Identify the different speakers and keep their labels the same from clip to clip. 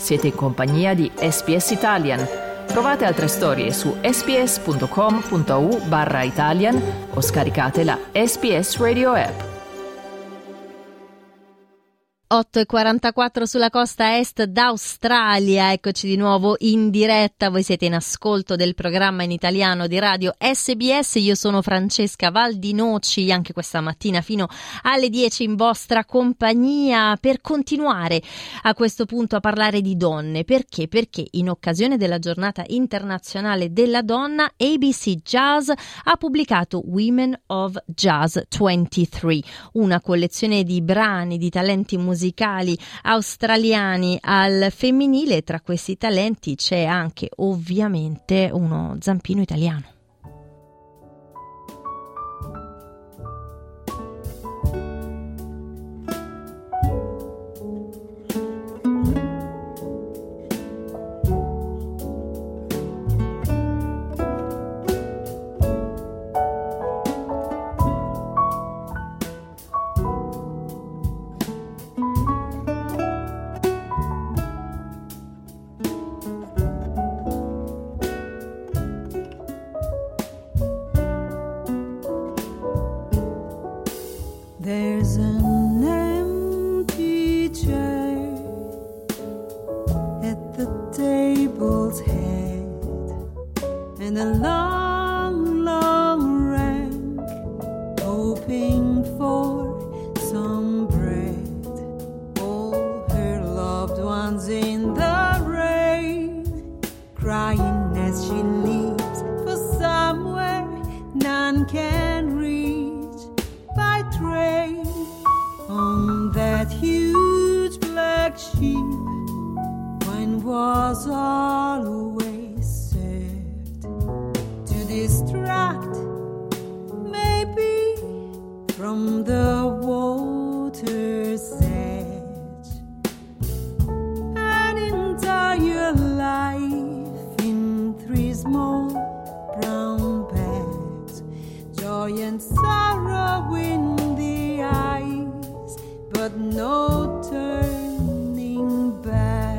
Speaker 1: Siete in compagnia di SBS Italian. Trovate altre storie su sbs.com.au/Italian o scaricate la SBS Radio app.
Speaker 2: 8:44 sulla costa est d'Australia, eccoci di nuovo in diretta, voi siete in ascolto del programma in italiano di radio SBS, io sono Francesca Valdinoci, anche questa mattina fino alle 10 in vostra compagnia per continuare a questo punto a parlare di donne. Perché? Perché in occasione della giornata internazionale della donna, ABC Jazz ha pubblicato Women of Jazz 23, una collezione di brani di talenti musicali australiani al femminile. Tra questi talenti c'è anche ovviamente uno zampino italiano.
Speaker 3: There's an empty chair at the table's head, and a long, long rank hoping for some bread. All her loved ones in the rain, crying as she leaves for somewhere none can reach. Train on that huge black sheep, wine was always served to distract, maybe from the water's edge. An entire life in 3 small brown bags, joy and sorrow in the eyes, but no turning back.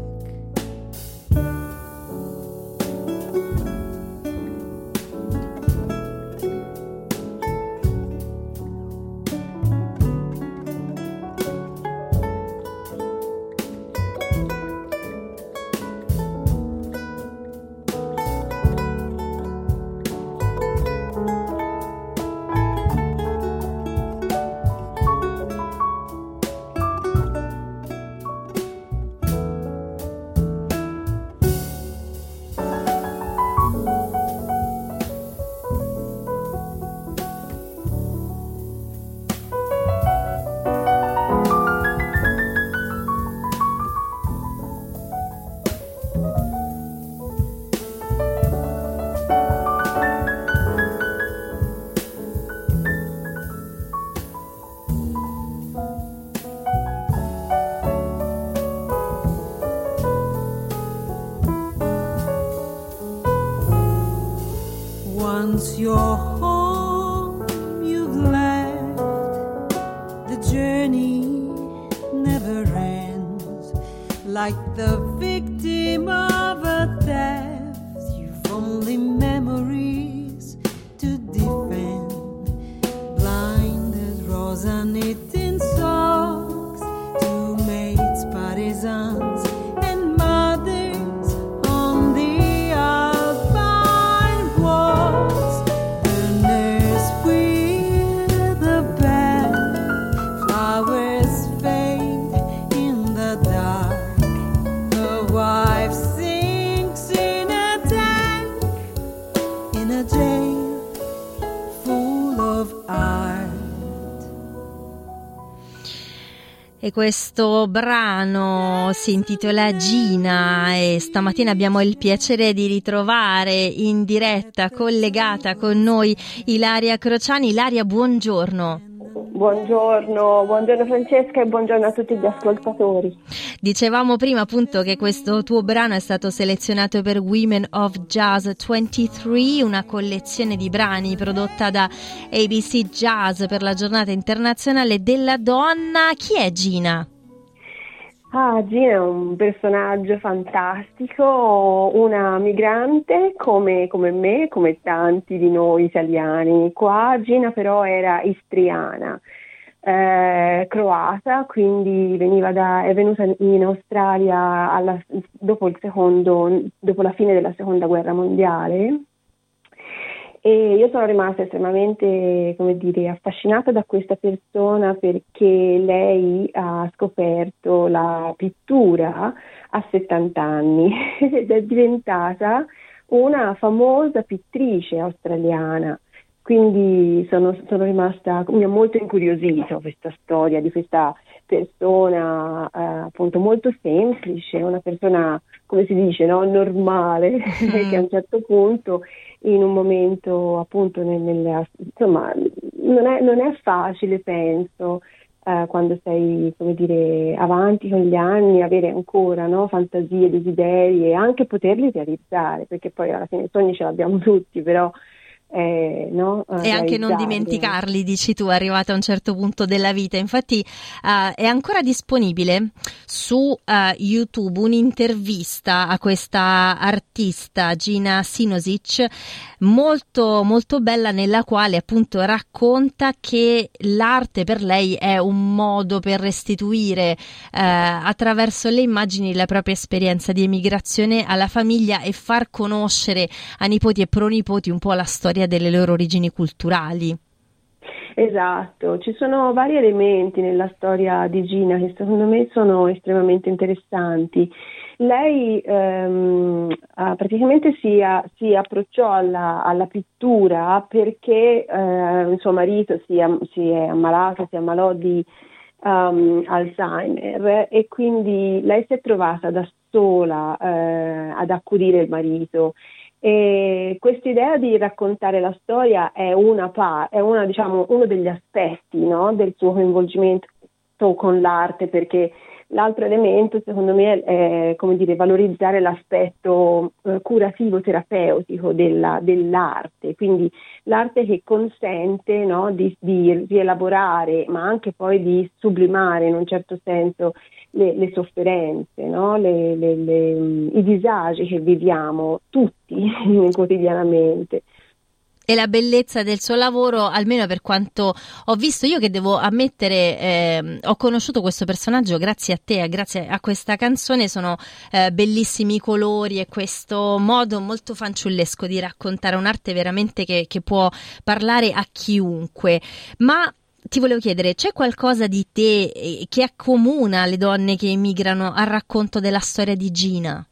Speaker 3: Once you're home, you've left. The journey never ends. Like the victim of a theft, you've only memories to defend. Blinded rose knitting socks to mates, partisans, and mothers on the alpine walks. The nurse with a bell, flowers fade in the dark. The wife sinks in a tank, in a jail full of art.
Speaker 2: E questo brano si intitola Gina e stamattina abbiamo il piacere di ritrovare in diretta, collegata con noi, Ilaria Crociani. Ilaria, buongiorno.
Speaker 4: Buongiorno Francesca e buongiorno a tutti gli ascoltatori.
Speaker 2: Dicevamo prima appunto che questo tuo brano è stato selezionato per Women of Jazz 23, una collezione di brani prodotta da ABC Jazz per la giornata internazionale della donna. Chi è Gina?
Speaker 4: Gina è un personaggio fantastico, una migrante come me, come tanti di noi italiani. Qua Gina però era istriana, croata, quindi è venuta in Australia dopo la fine della seconda guerra mondiale. E io sono rimasta estremamente, come dire, affascinata da questa persona perché lei ha scoperto la pittura a 70 anni ed è diventata una famosa pittrice australiana. Quindi sono rimasta, mi ha molto incuriosito questa storia di questa persona appunto molto semplice, una persona, come si dice, no? Normale, che a un certo punto, in un momento appunto insomma, non è facile, penso, quando sei, come dire, avanti con gli anni, avere ancora, no? Fantasie, desideri e anche poterli realizzare, perché poi alla fine i sogni ce l'abbiamo tutti, però no?
Speaker 2: E anche non dimenticarli, dici tu, arrivata a un certo punto della vita. Infatti è ancora disponibile su YouTube un'intervista a questa artista Gina Sinosic molto molto bella, nella quale appunto racconta che l'arte per lei è un modo per restituire attraverso le immagini la propria esperienza di emigrazione alla famiglia e far conoscere a nipoti e pronipoti un po' la storia delle loro origini culturali.
Speaker 4: Esatto, ci sono vari elementi nella storia di Gina che secondo me sono estremamente interessanti. Lei praticamente si approcciò alla pittura perché suo marito si ammalò di Alzheimer, e quindi lei si è trovata da sola ad accudire il marito. E questa idea di raccontare la storia è diciamo, uno degli aspetti, no, del suo coinvolgimento con l'arte, perché l'altro elemento secondo me è, come dire, valorizzare l'aspetto curativo, terapeutico dell'arte, quindi l'arte che consente, no, di rielaborare, ma anche poi di sublimare in un certo senso le sofferenze, no? I disagi che viviamo tutti quotidianamente.
Speaker 2: E la bellezza del suo lavoro, almeno per quanto ho visto io, che devo ammettere, ho conosciuto questo personaggio grazie a te, grazie a questa canzone. Sono bellissimi i colori e questo modo molto fanciullesco di raccontare un'arte veramente che può parlare a chiunque. Ma ti volevo chiedere, c'è qualcosa di te che accomuna le donne che emigrano al racconto della storia di Gina?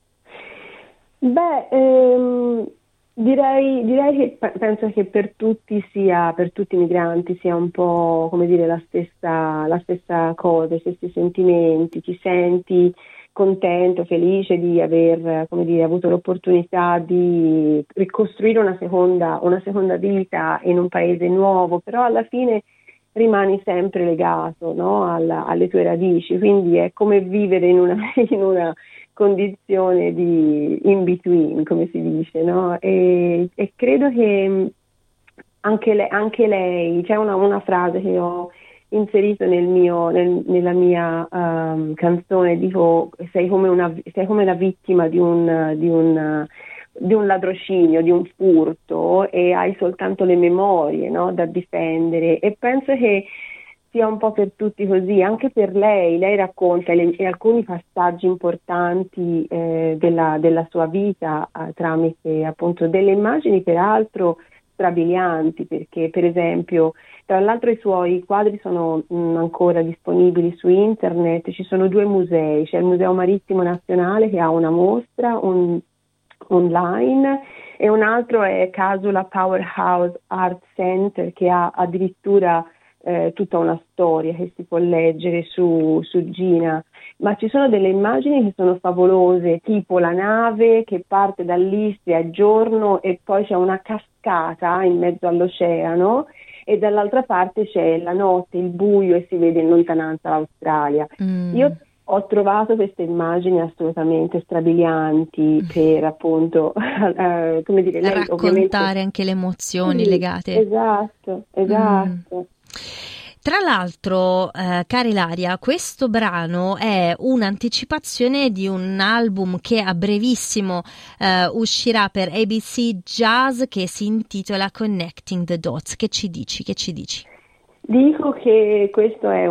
Speaker 4: Direi che penso che per tutti i migranti sia un po', come dire, la stessa cosa, i stessi sentimenti. Ti senti contento, felice di aver, come dire, avuto l'opportunità di ricostruire una seconda vita in un paese nuovo, però alla fine rimani sempre legato, no, alle tue radici, quindi è come vivere in una condizione di in between, come si dice, no? E credo che anche lei, c'è una frase che ho inserito nella mia canzone, dico: sei come la vittima di un ladrocinio, di un furto, e hai soltanto le memorie, no, da difendere. E penso che sia un po' per tutti così, anche per lei. Lei racconta alcuni passaggi importanti della sua vita tramite appunto delle immagini peraltro strabilianti, perché per esempio, tra l'altro, i suoi quadri sono ancora disponibili su internet. Ci sono 2 musei, c'è il Museo Marittimo Nazionale che ha una mostra online, e un altro è Casula Powerhouse Art Center, che ha addirittura tutta una storia che si può leggere su Gina. Ma ci sono delle immagini che sono favolose, tipo la nave che parte dall'Istria a giorno e poi c'è una cascata in mezzo all'oceano, e dall'altra parte c'è la notte, il buio, e si vede in lontananza l'Australia. Io ho trovato queste immagini assolutamente strabilianti per appunto come dire, lei
Speaker 2: raccontare anche le emozioni legate.
Speaker 4: Esatto.
Speaker 2: Tra l'altro, cara Ilaria, questo brano è un'anticipazione di un album che a brevissimo uscirà per ABC Jazz, che si intitola Connecting the Dots. Che ci dici?
Speaker 4: Dico che questo è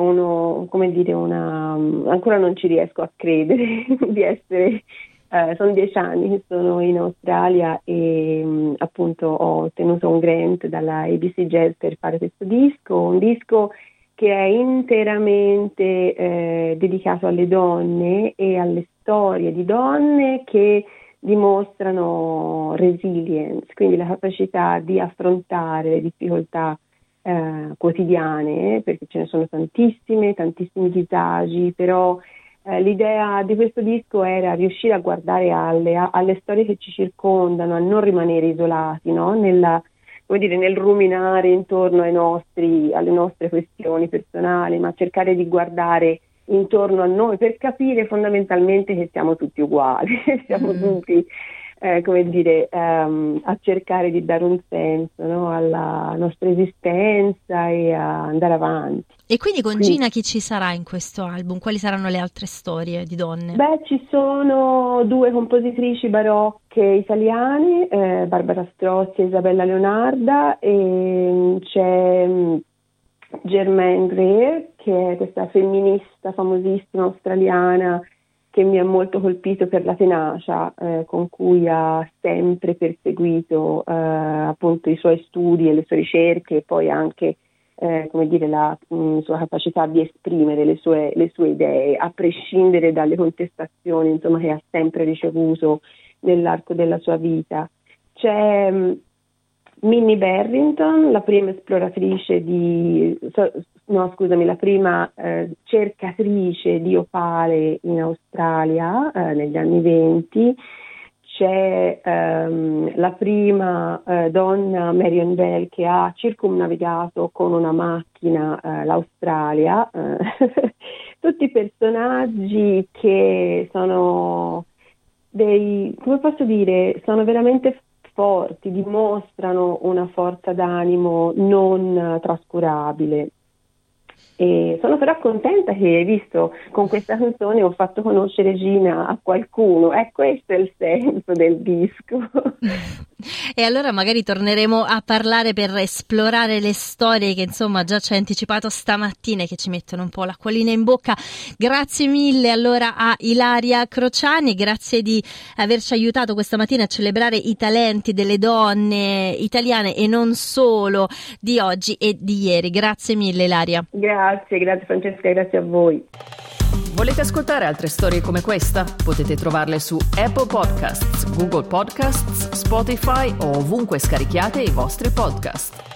Speaker 4: ancora non ci riesco a credere di essere, sono 10 anni che sono in Australia e appunto ho ottenuto un grant dalla ABC Jazz per fare questo disco, un disco che è interamente dedicato alle donne e alle storie di donne che dimostrano resilience, quindi la capacità di affrontare le difficoltà quotidiane, perché ce ne sono tantissimi disagi, però l'idea di questo disco era riuscire a guardare alle storie che ci circondano, a non rimanere isolati, no? Nel ruminare intorno alle nostre questioni personali, ma cercare di guardare intorno a noi per capire fondamentalmente che siamo tutti uguali, siamo tutti a cercare di dare un senso, no, alla nostra esistenza e a andare avanti.
Speaker 2: E quindi con Gina chi ci sarà in questo album? Quali saranno le altre storie di donne?
Speaker 4: Ci sono 2 compositrici barocche italiane, Barbara Strozzi e Isabella Leonarda, e c'è Germaine Greer, che è questa femminista famosissima australiana che mi ha molto colpito per la tenacia con cui ha sempre perseguito appunto i suoi studi e le sue ricerche, e poi anche la sua capacità di esprimere le sue idee, a prescindere dalle contestazioni, insomma, che ha sempre ricevuto nell'arco della sua vita. C'è Minnie Barrington, la prima la prima cercatrice di opale in Australia negli anni 20. C'è la prima donna, Marion Bell, che ha circumnavigato con una macchina l'Australia. Tutti personaggi che sono sono veramente forti, dimostrano una forza d'animo non trascurabile. E sono però contenta che, hai visto, con questa canzone ho fatto conoscere Gina a qualcuno, questo è il senso del disco.
Speaker 2: E allora magari torneremo a parlare per esplorare le storie che insomma già ci hai anticipato stamattina e che ci mettono un po' l'acquolina in bocca. Grazie mille allora a Ilaria Crociani, grazie di averci aiutato questa mattina a celebrare i talenti delle donne italiane e non solo, di oggi e di ieri. Grazie mille Ilaria.
Speaker 4: Grazie Francesca, grazie a voi.
Speaker 1: Volete ascoltare altre storie come questa? Potete trovarle su Apple Podcasts, Google Podcasts, Spotify o ovunque scarichiate i vostri podcast.